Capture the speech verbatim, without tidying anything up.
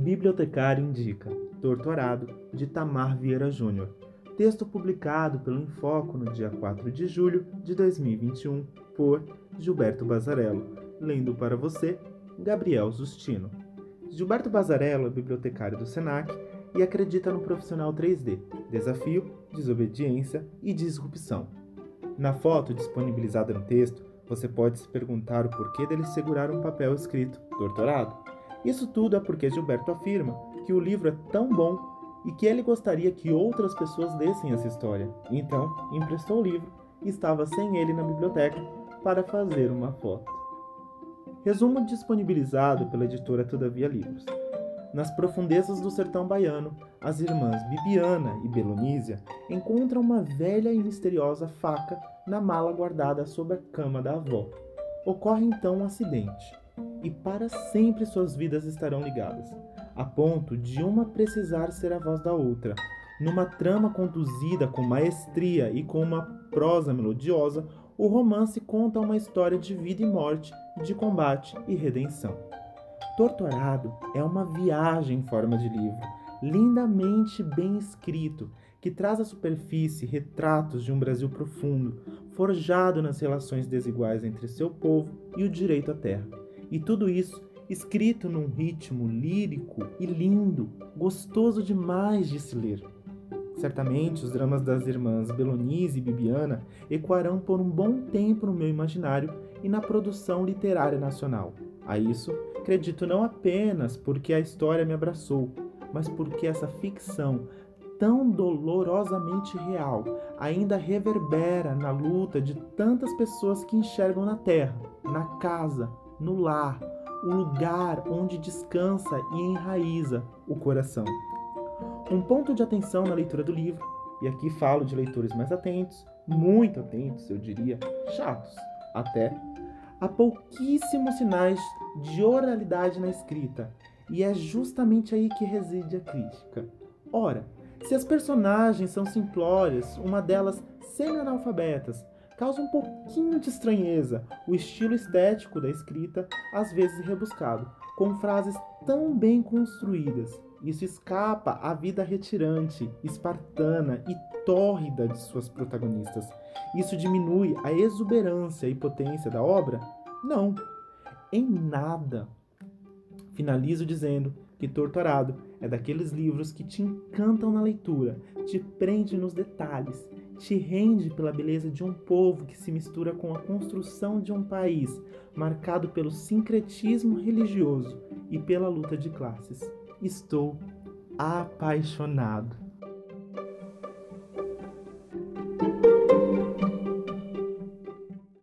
Bibliotecário indica Torturado, de Tamar Vieira Júnior. Texto publicado pelo Infoco no dia quatro de julho de dois mil e vinte e um, por Gilberto Bazzarello. Lendo para você, Gabriel Justino. Gilberto Bazzarello é bibliotecário do Senac e acredita no profissional três D, desafio, desobediência e disrupção. Na foto disponibilizada no texto, você pode se perguntar o porquê dele segurar um papel escrito Torturado. Isso tudo é porque Gilberto afirma que o livro é tão bom e que ele gostaria que outras pessoas lessem essa história. Então, emprestou o livro e estava sem ele na biblioteca para fazer uma foto. Resumo disponibilizado pela editora Todavia Livros. Nas profundezas do sertão baiano, as irmãs Bibiana e Belonísia encontram uma velha e misteriosa faca na mala guardada sob a cama da avó. Ocorre então um acidente, e para sempre suas vidas estarão ligadas, a ponto de uma precisar ser a voz da outra. Numa trama conduzida com maestria e com uma prosa melodiosa, o romance conta uma história de vida e morte, de combate e redenção. Torturado é uma viagem em forma de livro, lindamente bem escrito, que traz à superfície retratos de um Brasil profundo, forjado nas relações desiguais entre seu povo e o direito à terra. E tudo isso escrito num ritmo lírico e lindo, gostoso demais de se ler. Certamente os dramas das irmãs Belonísia e Bibiana ecoarão por um bom tempo no meu imaginário e na produção literária nacional. A isso acredito não apenas porque a história me abraçou, mas porque essa ficção, tão dolorosamente real, ainda reverbera na luta de tantas pessoas que enxergam na terra, na casa, no lar, o lugar onde descansa e enraiza o coração. Um ponto de atenção na leitura do livro, e aqui falo de leitores mais atentos, muito atentos, eu diria, chatos até, há pouquíssimos sinais de oralidade na escrita, e é justamente aí que reside a crítica. Ora, se as personagens são simplórias, uma delas semi-analfabetas, causa um pouquinho de estranheza o estilo estético da escrita, às vezes rebuscado, com frases tão bem construídas. Isso escapa à vida retirante, espartana e tórrida de suas protagonistas. Isso diminui a exuberância e potência da obra? Não, em nada. Finalizo dizendo que Torturado é daqueles livros que te encantam na leitura, te prende nos detalhes, te rende pela beleza de um povo que se mistura com a construção de um país marcado pelo sincretismo religioso e pela luta de classes. Estou apaixonado.